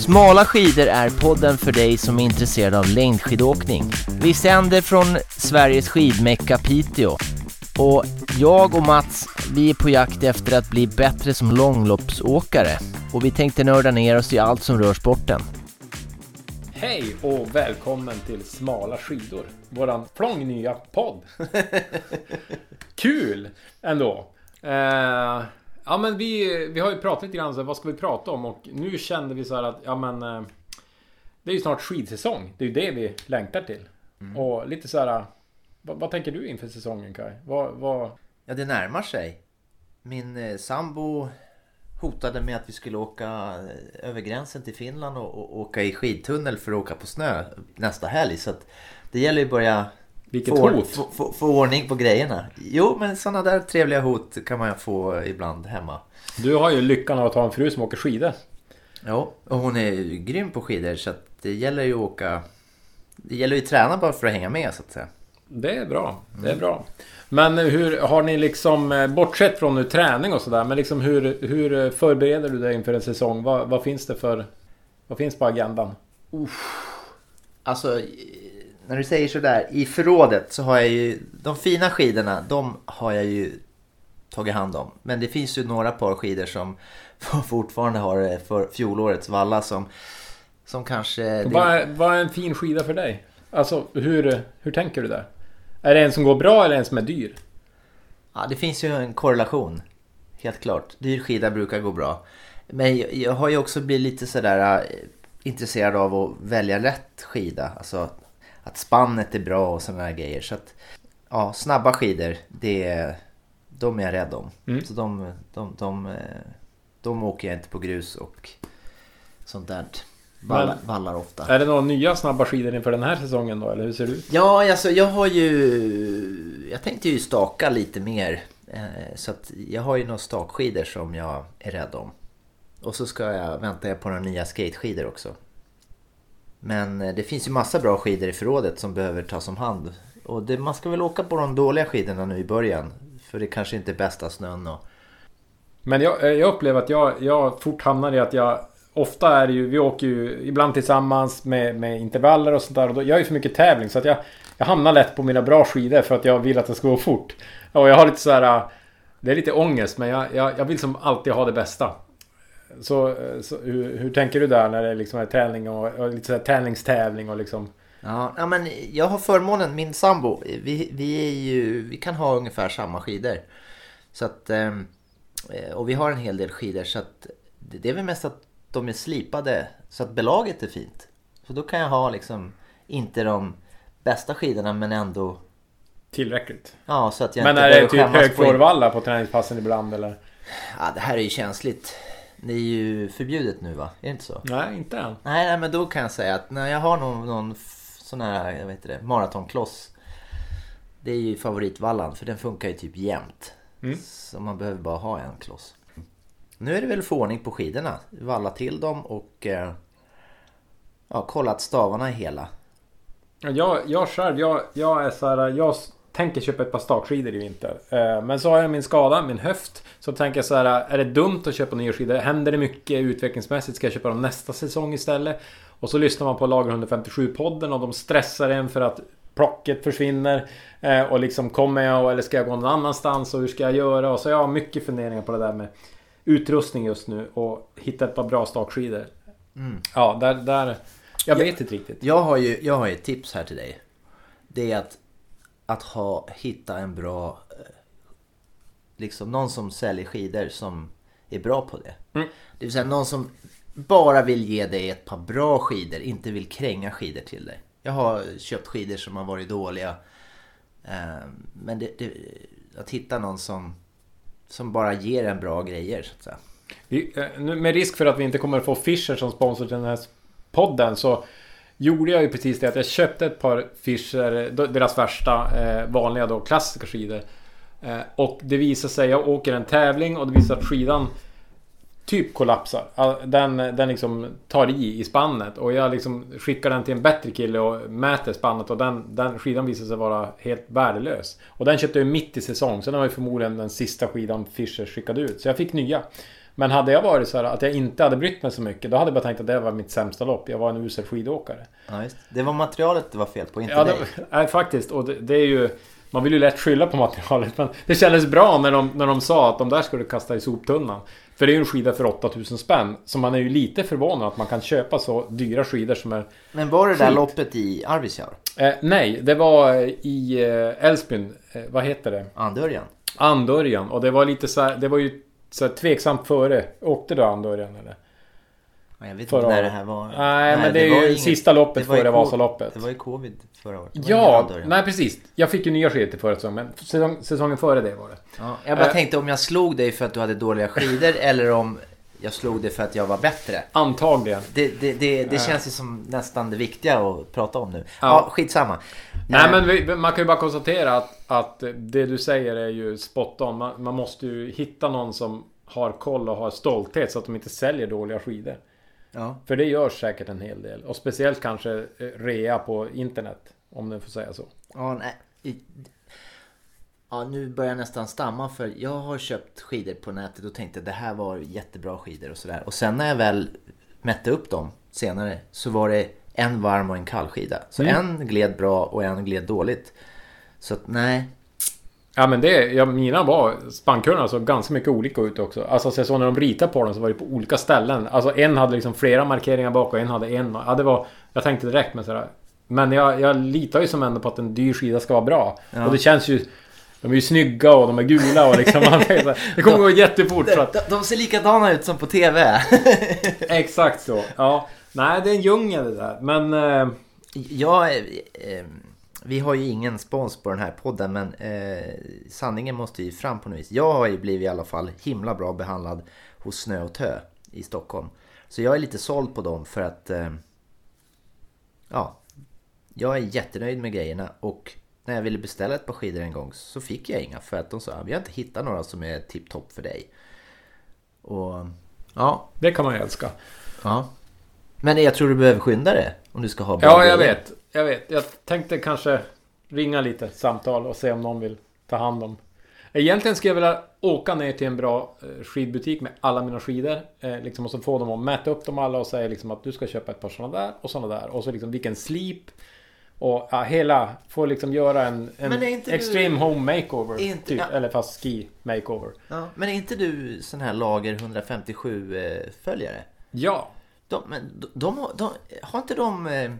Smala skidor är podden för dig som är intresserad av längdskidåkning. Vi sänder från Sveriges skidmecka Piteå. Och jag och Mats, vi är på jakt efter att bli bättre som långloppsåkare. Och vi tänkte nörda ner oss i allt som rör sporten. Hej och välkommen till Smala skidor. Våran nya podd. Kul ändå. Ja men vi har ju pratat lite grann så vad ska vi prata om, och nu kände vi så här att det är ju snart skidsäsong. Det är ju det vi längtar till. Och lite så här, vad tänker du inför säsongen, Kai? Ja, det närmar sig. Min sambo hotade med att vi skulle åka över gränsen till Finland och åka i skidtunnel för att åka på snö nästa helg. Så att det gäller ju börja få ordning på grejerna. Jo, men sådana där trevliga hot kan man få ibland hemma. Du har ju lyckan av att ha en fru som åker skidor. Ja, och hon är ju grym på skidor, så att det gäller ju att åka. Det gäller ju att träna bara för att hänga med, så att säga. Det är bra, det är bra. Men hur har ni liksom, bortsett från nu träning och sådär, men liksom hur förbereder du dig inför en säsong? Vad finns det för, vad finns på agendan? Alltså, när du säger sådär, i förrådet så har jag ju, de fina skidorna, de har jag ju tagit hand om. Men det finns ju några par skidor som fortfarande har för fjolårets valla som kanske... Vad är en fin skida för dig? Alltså, hur tänker du där? Är det en som går bra eller en som är dyr? Ja, det finns ju en korrelation. Helt klart. Dyr skida brukar gå bra. Men jag har ju också blivit lite sådär intresserad av att välja rätt skida. Alltså att spannet är bra och sådana här grejer. Så att, ja, snabba skidor, de är jag rädd om. Så de åker jag inte på grus och sånt där. Vallar ofta. Är det några nya snabba skidor inför den här säsongen då, eller hur ser det ut? Ja, alltså jag tänkte ju staka lite mer, så att jag har ju några stakskidor som jag är rädd om. Och så väntar jag på några nya skateskidor också. Men det finns ju massa bra skidor i förrådet som behöver tas om hand. Och man ska väl åka på de dåliga skidorna nu i början, för det kanske inte är bästa snön. Men jag upplever att jag fort hamnar i att jag... Ofta är det ju, vi åker ju ibland tillsammans med intervaller och sånt där, och då, jag är ju för mycket tävling, så att jag hamnar lätt på mina bra skidor för att jag vill att det ska gå fort. Och jag har lite så här, det är lite ångest, men jag vill som alltid ha det bästa. Så hur tänker du där när det liksom är träning och lite så här tävlingstävling och liksom... Ja, men jag har förmånen, min sambo, vi kan ha ungefär samma skidor. Så att, och vi har en hel del skidor, så att det är väl mest att de är slipade så att belaget är fint. Så då kan jag ha liksom inte de bästa skidorna, men ändå tillräckligt. Ja, så att jag men inte är det typ högflorvalla på träningspassen ibland eller? Ja, det här är ju känsligt. Det är ju förbjudet nu, va? Är det inte så? Nej, inte än. Nej, men då kan jag säga att när jag har någon sån här, jag vet inte det, maratonkloss. Det är ju favoritvallan, för den funkar ju typ jämt. Så man behöver bara ha en kloss. Nu är det väl förordning på skidorna. Valla till dem och kolla att stavarna är hela. Jag själv, jag är så här, jag tänker köpa ett par stakskidor i vinter. Men så har jag min skada, min höft. Så tänker jag så här, är det dumt att köpa nya skidor? Händer det mycket utvecklingsmässigt? Ska jag köpa dem nästa säsong istället? Och så lyssnar man på Lager 157-podden och de stressar en för att plocket försvinner. Och liksom, kommer jag eller ska jag gå någon annanstans och hur ska jag göra? Och så jag har mycket funderingar på det där med utrustning just nu och hitta ett par bra stakskidor. Ja, där jag vet inte riktigt. Jag har ett tips här till dig. Det är att hitta en bra liksom någon som säljer skidor som är bra på det. Det vill säga någon som bara vill ge dig ett par bra skidor, inte vill kränga skidor till dig. Jag har köpt skidor som har varit dåliga. Men att hitta någon som bara ger en bra grejer, så att säga. Med risk för att vi inte kommer att få Fischer som sponsor till den här podden, så gjorde jag ju precis det att jag köpte ett par Fischer, deras värsta vanliga då, klassiska skidor. Och det visar sig, jag åker en tävling och det visar att skidan typ kollapsar. Den liksom tar i spannet, och jag liksom skickar den till en bättre kille och mäter spannet, och den skidan visar sig vara helt värdelös. Och den köpte jag mitt i säsong, så den var ju förmodligen den sista skidan Fischer skickade ut. Så jag fick nya. Men hade jag varit så här att jag inte hade brytt mig så mycket, då hade jag bara tänkt att det var mitt sämsta lopp. Jag var en usel skidåkare. Ja, just. Det var materialet det var fel på, inte Ja, dig. Nej, faktiskt. Och det är ju... Man vill ju lätt skylla på materialet. Men det kändes bra när de sa att de där skulle kasta i soptunnan. För det är ju en skida för 8000 spänn. Så man är ju lite förvånad att man kan köpa så dyra skidor som är... Men var det där loppet i Arvidsjaur? Nej, det var i Älvsbyn. Vad heter det? Andörjan. Och det var lite så här, det var ju så här tveksamt före. Åkte du Andörjan eller? Jag vet inte när det här var. Nej, men det är ju sista loppet före Vasaloppet. Det var ju covid förra året. Ja, nej precis. Jag fick ju nya skidor till förra säsongen, men säsongen före det var det. Ja, jag bara tänkte om jag slog dig för att du hade dåliga skidor eller om jag slog dig för att jag var bättre. Antagligen. Det känns ju som nästan det viktiga att prata om nu. Ja, skitsamma. Nej, men man kan ju bara konstatera att det du säger är ju spot on. Man måste ju hitta någon som har koll och har stolthet så att de inte säljer dåliga skidor. Ja. För det görs säkert en hel del. Och speciellt kanske rea på internet. Om du får säga så. Ja, nej. Ja, nu börjar jag nästan stamma. För jag har köpt skidor på nätet och tänkte det här var jättebra skidor och sådär. Och sen när jag väl mätte upp dem senare så var det en varm och en kall skida. Så en gled bra och en gled dåligt. Så att nej. Ja, men mina var spankurna så ganska mycket olika ut också. Alltså så när de ritade på dem så var det på olika ställen. Alltså en hade liksom flera markeringar bak och en hade en. Ja, det var, jag tänkte direkt med sådär. Men jag litar ju som ändå på att en dyr skida ska vara bra. Ja. Och det känns ju, de är ju snygga och de är gula och liksom det kommer gå jättefort. Så att... de ser likadana ut som på tv. Exakt så. Ja. Nej, det är en djungel det där. Men vi har ju ingen spons på den här podden, men sanningen måste ju fram på något vis. Jag har ju blivit i alla fall himla bra behandlad hos Snö och Tö i Stockholm. Så jag är lite såld på dem för att jag är jättenöjd med grejerna. Och när jag ville beställa ett par skidor en gång så fick jag inga för att de sa vi har inte hittat några som är tipptopp för dig. Och ja, det kan man ju älska. Ja. Men jag tror du behöver skynda det om du ska ha bra. Ja, jag vet. Jag tänkte kanske ringa lite samtal och se om någon vill ta hand om. Egentligen skulle jag vilja åka ner till en bra skidbutik med alla mina skidor. Liksom, och så få dem att mäta upp dem alla och säga liksom, att du ska köpa ett par sådana där och sådana där. Och så liksom vilken slip. Och få liksom göra en extreme home makeover. Typ, eller fast ski makeover. Ja, men är inte du sån här lager 157 följare? Ja. De har inte de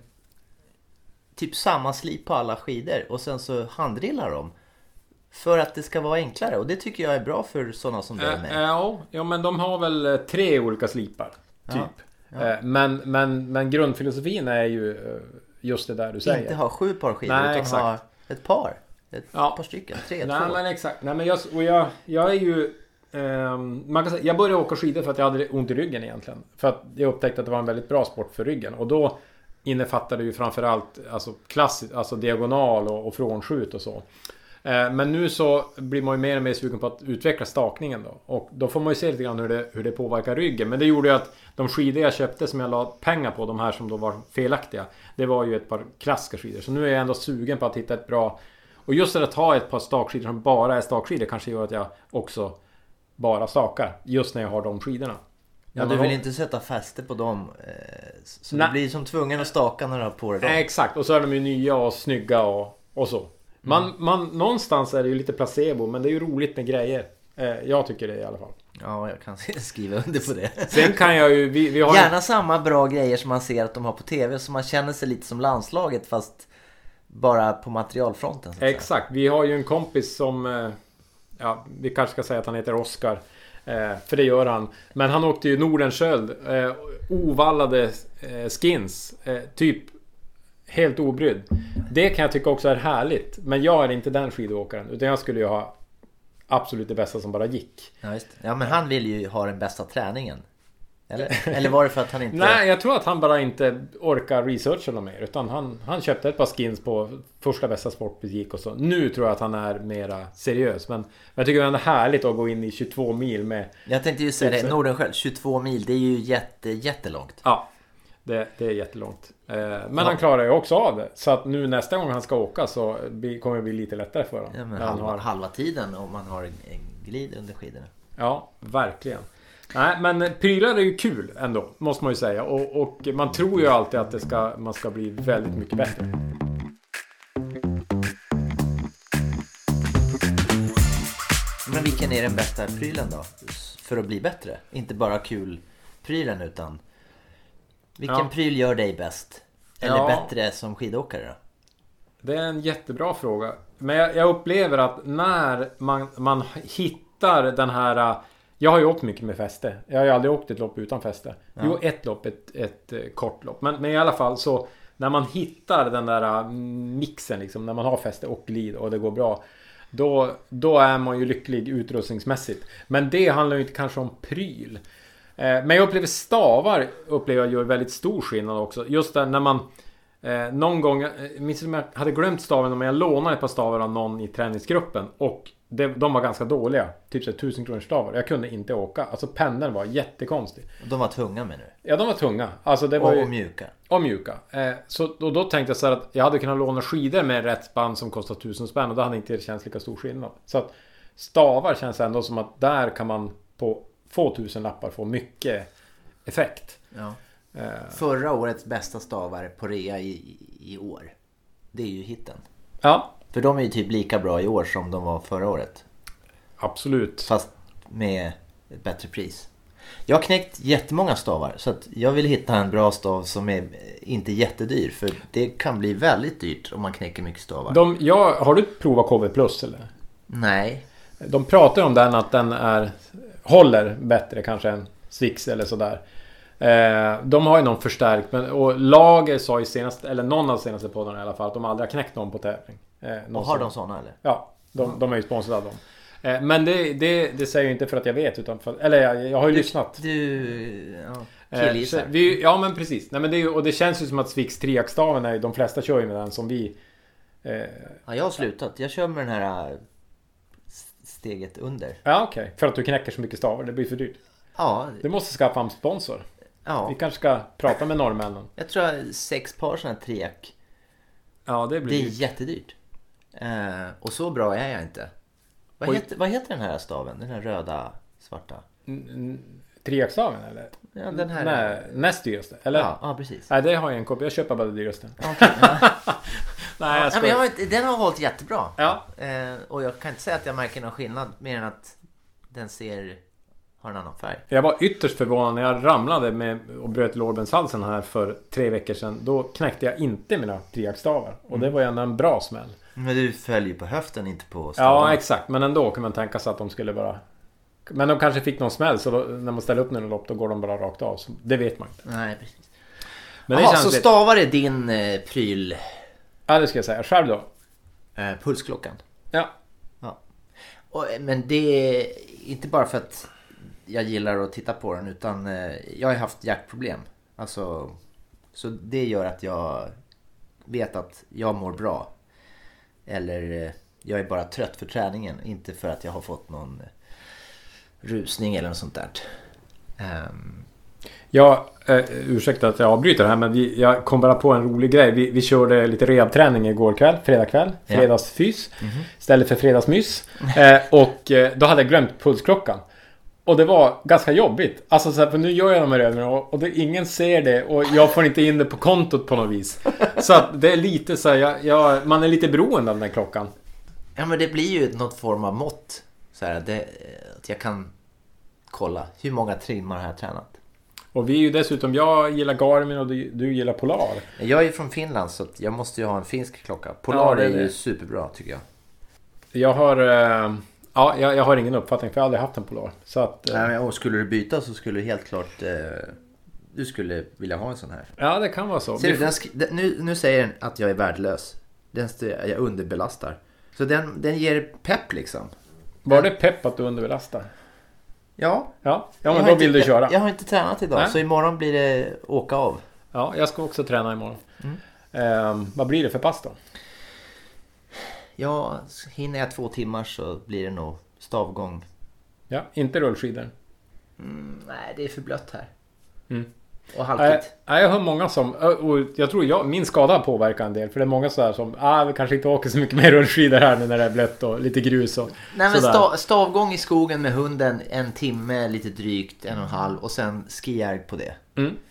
typ samma slip på alla skidor och sen så handdrillar de för att det ska vara enklare, och det tycker jag är bra för sådana som du är med. Ja, men de har väl 3 olika slipar typ. Ja. Men grundfilosofin är ju just det där du säger. Inte ha 7 par skidor. Nej, utan exakt. Ha ett par. Ett par stycken, 3, 2. Nej, men exakt. Nej, men jag är ju man kan säga, jag började åka skidor för att jag hade ont i ryggen egentligen. För att jag upptäckte att det var en väldigt bra sport för ryggen. Och då innefattade det ju framförallt alltså klassiskt, alltså diagonal och frånskjut och så. Men nu så blir man ju mer och mer sugen på att utveckla stakningen då. Och då får man ju se lite grann hur det påverkar ryggen. Men det gjorde ju att de skidor jag köpte som jag la pengar på, de här som då var felaktiga, det var ju ett par klassiska skidor. Så nu är jag ändå sugen på att hitta ett bra... Och just att ha ett par stakskidor som bara är stakskidor kanske gör att jag också bara stakar just när jag har de skidorna. Ja, du vill inte sätta fäste på dem, så du blir som tvungen att staka när du har på dig dem. Exakt, och så är de ju nya och snygga och så. Någonstans är det ju lite placebo, men det är ju roligt med grejer. Jag tycker det i alla fall. Ja, jag kan skriva under på det. Sen kan jag ju... Vi har gärna samma bra grejer som man ser att de har på tv, så man känner sig lite som landslaget fast bara på materialfronten. Så exakt, vi har ju en kompis som... vi kanske ska säga att han heter Oskar. För det gör han. Men han åkte ju Nordenskjöld. Ovallade skins. Typ helt obrydd. Det kan jag tycka också är härligt. Men jag är inte den skidåkaren. Utan jag skulle ju ha absolut det bästa som bara gick. Ja, just. Ja, men han vill ju ha den bästa träningen. Eller var det för att han inte... Nej, jag tror att han bara inte orkar researcha något mer. Utan han köpte ett par skins på första bästa sportbutik och så. Nu tror jag att han är mera seriös. Men jag tycker det är härligt att gå in i 22 mil med... Jag tänkte ju säga det, Nordenskjöld, 22 mil, det är ju jättelångt. Ja, det är jättelångt. Men han klarar ju också av det. Så att nu nästa gång han ska åka så kommer det bli lite lättare för honom. Ja, men halva tiden om man har en glid under skidorna. Ja, verkligen. Nej, men prylar är ju kul ändå, måste man ju säga. Och man tror ju alltid att man ska bli väldigt mycket bättre. Men vilken är den bästa prylen då? För att bli bättre? Inte bara kul prylen, utan vilken pryl gör dig bäst? Eller bättre som skidåkare då? Det är en jättebra fråga. Men jag upplever att när man hittar den här... Jag har ju åkt mycket med fäste. Jag har ju aldrig åkt ett lopp utan fäste. Jo, ett lopp, ett kort lopp. Men i alla fall så... När man hittar den där mixen liksom, när man har fäste och glid och det går bra, då är man ju lycklig utrustningsmässigt. Men det handlar ju inte kanske om pryl. Men jag upplever stavar gör väldigt stor skillnad också. Just där när man någon gång, minns jag hade glömt staven, men jag lånade ett par stavar av någon i träningsgruppen och de var ganska dåliga. Typ så 1000 kronor stavar. Jag kunde inte åka. Alltså pendeln var jättekonstig. De var tunga med nu? Ja, de var tunga. Alltså, det var och mjuka. Och mjuka. Och då tänkte jag så här att jag hade kunnat låna skidor med rätt band som kostar 1000 spänn. Och då hade inte det känts lika stor skillnad. Så att stavar känns ändå som att där kan man på få 1000 lappar få mycket effekt. Ja. Förra årets bästa stavar på rea i år, det är ju Hitten. Ja. För de är ju typ lika bra i år som de var förra året. Absolut. Fast med ett bättre pris. Jag har knäckt jättemånga stavar, så att jag vill hitta en bra stav som är inte jättedyr. För det kan bli väldigt dyrt om man knäcker mycket stavar. Har du provat KV Plus eller? Nej. De pratar om den att den håller bättre kanske än Swix eller sådär. De har ju någon förstärkt, och Lager sa ju senast, eller någon av senaste poddarna i alla fall, att de aldrig har knäckt någon på tävling. Och har de sådana eller? Ja, de är ju sponsrade av dem. Men det säger ju inte för att jag vet, utan för, eller jag har ju lyssnat. Killgissar. Ja, men precis. Nej, men och det känns ju som att Swix triaxstaven är, de flesta kör ju med den som vi. Ja, jag har slutat. Jag kör med den här steget under. Ja, okej. För att du knäcker så mycket stavar, det blir för dyrt. Ja. Du måste skaffa en sponsor. Ja. Vi kanske ska prata med norrmännen. Jag tror jag 6 par sådana här triak. Ja, det blir dyrt. Jättedyrt. Och så bra är jag inte. Vad heter den här staven? Den här röda, svarta? Triaxstaven eller? Ja, den här. Nej, näst dyraste, eller? Ja, precis. Nej, det har jag en kopi. Jag köper bara det dyraste. Okay, ja. Nej, men den har hållit jättebra. Ja. Och jag kan inte säga att jag märker någon skillnad, mer än att den har en annan färg. Jag var ytterst förvånad när jag ramlade och bröt lårbenshalsen här för 3 veckor sedan. Då knäckte jag inte mina triaxstavar. Och det var ju ändå en bra smäll. Men du följer på höften, inte på stavarna. Ja, exakt. Men ändå kan man tänka sig att de skulle bara... Men de kanske fick någon smäll, så när man ställer upp någon lopp, då går de bara rakt av. Så det vet man inte. Nej, precis. Men Aha, så stavar är din pryl? Ja, det ska jag säga. Själv då? Pulsklockan. Ja. Men det är inte bara för att jag gillar att titta på den, utan jag har haft hjärtproblem. Alltså, så det gör att jag vet att jag mår bra. Eller jag är bara trött för träningen, inte för att jag har fått någon rusning eller något sånt där. Ja, ursäkta att jag avbryter här, men jag kom bara på en rolig grej. Vi körde lite rehabträning igår kväll, fredagkväll, fredagsfys, istället för fredagsmys. Och då hade jag glömt pulsklockan. Och det var ganska jobbigt. Alltså så här, för nu gör jag de här övningarna och ingen ser det, och jag får inte in det på kontot på något vis. Så att det är lite så här, man är lite beroende av den här klockan. Ja, men det blir ju något form av mått. Så här, att jag kan kolla hur många timmar har jag tränat. Och vi är ju dessutom, jag gillar Garmin och du gillar Polar. Jag är från Finland, så att jag måste ju ha en finsk klocka. Polar är ju superbra, tycker jag. Jag har ingen uppfattning, för jag har aldrig haft en Polar. Så att, och skulle du byta så skulle du helt klart du skulle vilja ha en sån här. Ja, det kan vara så. Ser du, nu säger den att jag är värdelös. Jag underbelastar. Så den ger pepp liksom. Var det pepp att du underbelastar? Ja. Ja, men då vill du köra. Jag har inte tränat idag. Så imorgon blir det åka av. Ja, jag ska också träna imorgon. Vad blir det för pass då? Ja, hinner jag 2 timmar så blir det nog stavgång. Ja, inte rullskidor. Nej, det är för blött här. Och halkigt. Jag hör många som, och jag tror min skada påverkar en del, för det är många så här som vi kanske inte åker så mycket mer rullskidor här nu när det är blött och lite grus och nej, men stavgång i skogen med hunden 1 timme, lite drygt 1,5 och sen skijärg på det.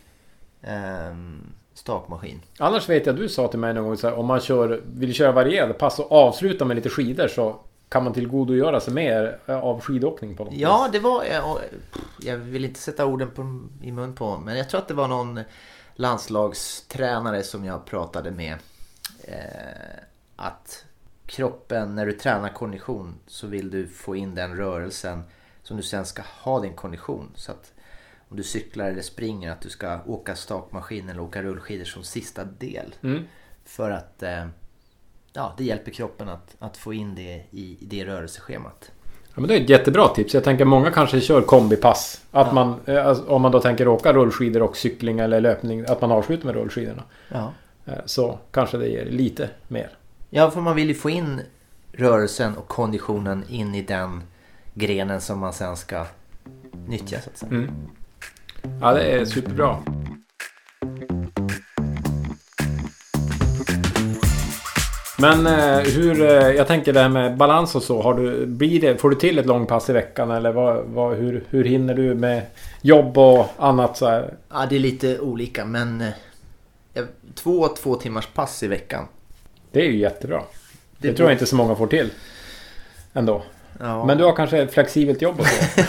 Stakmaskin. Annars vet jag, du sa till mig någon gång så här, om man vill köra varierade pass och avsluta med lite skidor, så kan man tillgodogöra sig mer av skidåkning på något vis. Ja, det var, jag vill inte sätta orden i mun på, men jag tror att det var någon landslagstränare som jag pratade med, att kroppen, när du tränar kondition, så vill du få in den rörelsen som du sen ska ha din kondition. Så att om du cyklar eller springer, att du ska åka stakmaskin eller åka rullskidor som sista del. För att det hjälper kroppen att få in det i det rörelseschemat. Ja, men det är ett jättebra tips. Jag tänker många kanske kör kombipass. Att man, om man då tänker åka rullskidor och cykling eller löpning, att man avslutar med rullskidorna. Ja. Så kanske det ger lite mer. Ja, för man vill ju få in rörelsen och konditionen in i den grenen som man sen ska nyttja, så att säga. Ja, det är superbra. Men jag tänker det här med balans och så, får du till ett långpass i veckan, eller hur hinner du med jobb och annat så här? Ja, det är lite olika, men 2 timmars pass i veckan. Det är ju jättebra. Det tror jag inte så många får till ändå. Ja. Men du har kanske ett flexibelt jobb och så?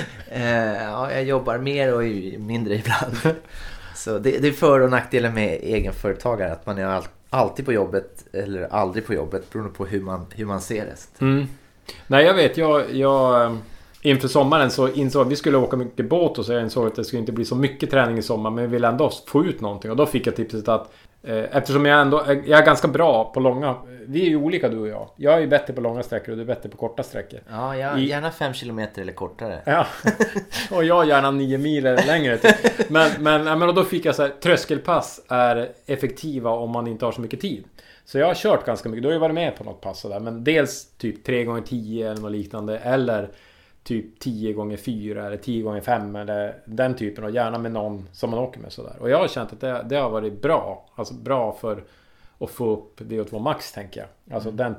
Ja, jag jobbar mer och mindre ibland. Så det är för- och nackdelen med egenföretagare, att man är alltid på jobbet eller aldrig på jobbet, beroende på hur man ser det. Nej, jag vet. Jag inför sommaren så insåg att vi skulle åka mycket båt, och så jag insåg att det skulle inte bli så mycket träning i sommar, men vi vill ändå få ut någonting. Och då fick jag tipset att eftersom jag är ganska bra på långa, vi är ju olika du och jag. Jag är ju bättre på långa sträckor och du är bättre på korta sträckor. Ja, gärna 5 kilometer eller kortare. Ja, och jag gärna 9 mil eller längre. Men då fick jag så här, tröskelpass är effektiva om man inte har så mycket tid. Så jag har kört ganska mycket, då har jag varit med på något pass där. Men dels typ 3x10 eller något liknande, eller typ 10x4 eller 10x5 eller den typen, och gärna med någon som man åker med sådär. Och jag har känt att det har varit bra. Alltså bra för att få upp VO2 max, tänker jag. Alltså den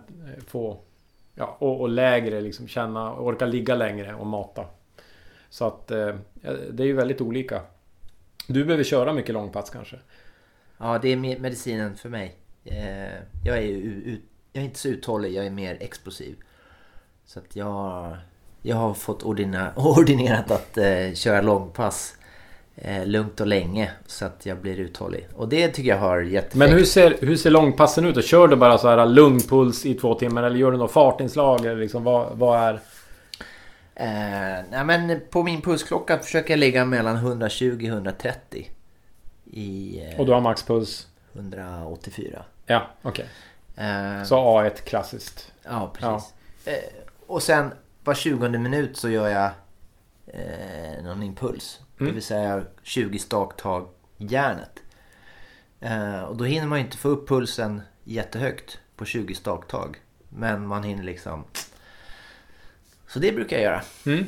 och lägre liksom, känna, orka ligga längre och mata. Så att det är ju väldigt olika. Du behöver köra mycket långpass kanske. Ja, det är medicinen för mig. Jag är inte så uthållig, jag är mer explosiv. Så att jag har fått ordinerat att köra långpass lugnt och länge, så att jag blir uthållig. Och det tycker jag har jättefekt. Men hur ser långpassen ut? Och kör du bara så här lugn puls i 2 timmar, eller gör du något fartinslag, eller liksom, vad är? Nej, men på min pulsklocka försöker jag ligga mellan 120 och 130 och du har maxpuls? 184. Ja, okej. Så A1 klassiskt. Ja, precis. Ja. Och sen var 20 minut så gör jag någon impuls. Det vill säga 20 staktag järnet. Och då hinner man ju inte få upp pulsen jättehögt på 20 staktag. Men man hinner liksom... Så det brukar jag göra.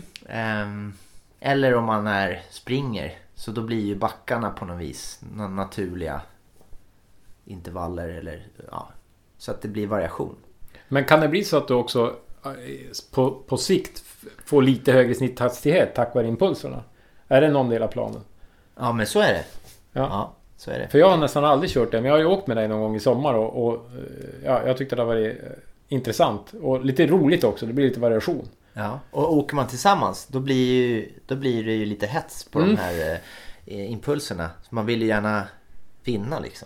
Eller om man springer, så då blir ju backarna på något vis naturliga intervaller, eller så att det blir variation. Men kan det bli så att du också på sikt får lite högre snitthastighet tack vare impulserna? Är det någon del av planen? Ja, men så är det. Ja, så är det. För jag har nästan aldrig kört det, men jag har ju åkt med dig någon gång i sommar och jag tyckte det var intressant och lite roligt också. Det blir lite variation. Ja, och åker man tillsammans, då blir det ju lite hets på de här impulserna. Så man vill ju gärna vinna liksom.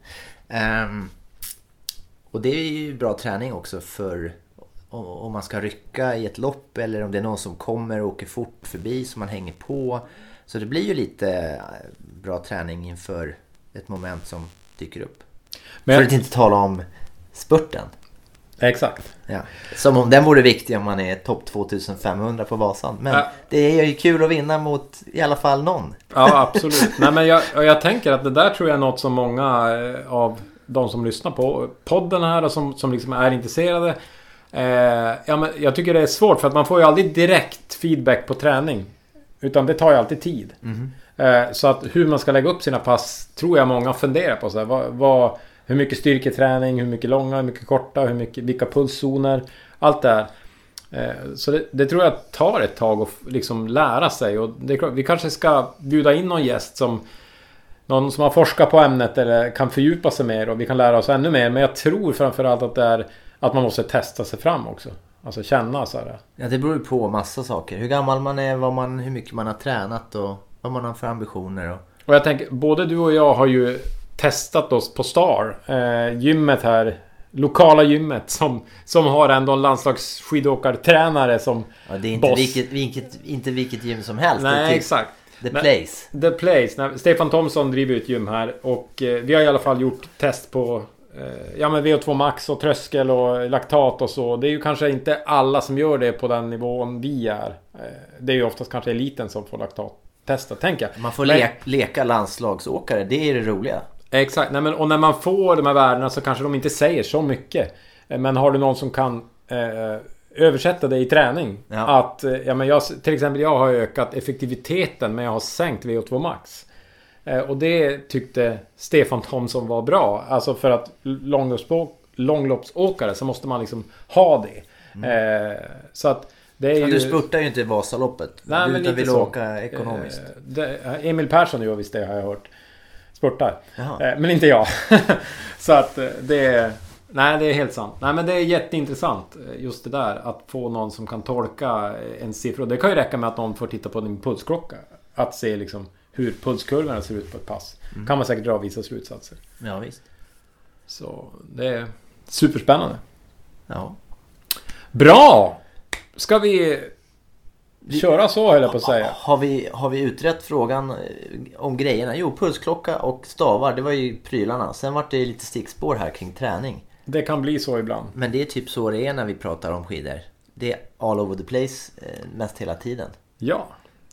Och det är ju bra träning också för om man ska rycka i ett lopp, eller om det är någon som kommer och åker fort förbi så man hänger på. Så det blir ju lite bra träning inför ett moment som dyker upp. Men för att inte tala om spurten. Exakt. Ja. Som om den vore viktig om man är topp 2500 på Vasan. Men det är ju kul att vinna mot i alla fall någon. Ja, absolut. Nej, men jag tänker att det där tror jag är något som många av de som lyssnar på podden här och som liksom är intresserade. Men jag tycker det är svårt, för att man får ju aldrig direkt feedback på träning. Utan det tar ju alltid tid. Så att hur man ska lägga upp sina pass tror jag många funderar på. Så här, hur mycket styrketräning, hur mycket långa, hur mycket korta, vilka pulszoner. Allt det här. Så det tror jag tar ett tag att liksom lära sig. Och det är klart, vi kanske ska bjuda in någon gäst någon som har forskat på ämnet eller kan fördjupa sig mer och vi kan lära oss ännu mer. Men jag tror framförallt att det är att man måste testa sig fram också. Alltså känna så här. Ja, det beror ju på massa saker. Hur gammal man är, hur mycket man har tränat och vad man har för ambitioner. Och jag tänker, både du och jag har ju testat oss på Star. Gymmet här. Lokala gymmet som har ändå en landslagsskidåkartränare som ja, det är inte vilket gym som helst. Nej, det är typ exakt. The Place. Stefan Thomsson driver ett gym här. Och vi har i alla fall gjort test på men VO2 max och tröskel och laktat och så. Det är ju kanske inte alla som gör det på den nivån vi är. Det är ju oftast kanske eliten som får laktattesta, tänker jag. Man får leka landslagsåkare, det är det roliga. Exakt, nej, men, och när man får de här värdena så kanske de inte säger så mycket. Men har du någon som kan översätta det i träning. Ja. Att, till exempel jag har ökat effektiviteten men jag har sänkt VO2 max. Och det tyckte Stefan Thomsson var bra. Alltså för att långloppsåkare så måste man liksom ha det. Så att det är du spurtar ju inte i Vasaloppet. Nej, men utan vill så. Åka ekonomiskt. Emil Persson gör visst det, har jag hört. Spurtar. Men inte jag. Så att det är helt sant. Nej, men det är jätteintressant just det där. Att få någon som kan tolka en siffra. Det kan ju räcka med att någon får titta på din pulsklocka. Att se liksom hur pulskurvorna ser ut på ett pass. Kan man säkert dra vissa slutsatser. Ja, visst. Så det är superspännande. Ja. Bra! Ska vi köra så, höll jag på att säga. Har vi utrett frågan om grejerna? Jo, pulsklocka och stavar, det var ju prylarna. Sen var det lite stickspår här kring träning. Det kan bli så ibland. Men det är typ så det är när vi pratar om skidor. Det är all over the place mest hela tiden. Ja.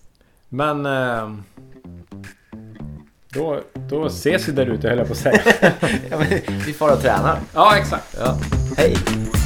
Men då ses vi där ute, höll jag på att säga. Ja, men vi får och tränar. Ja, exakt. Ja. Hej!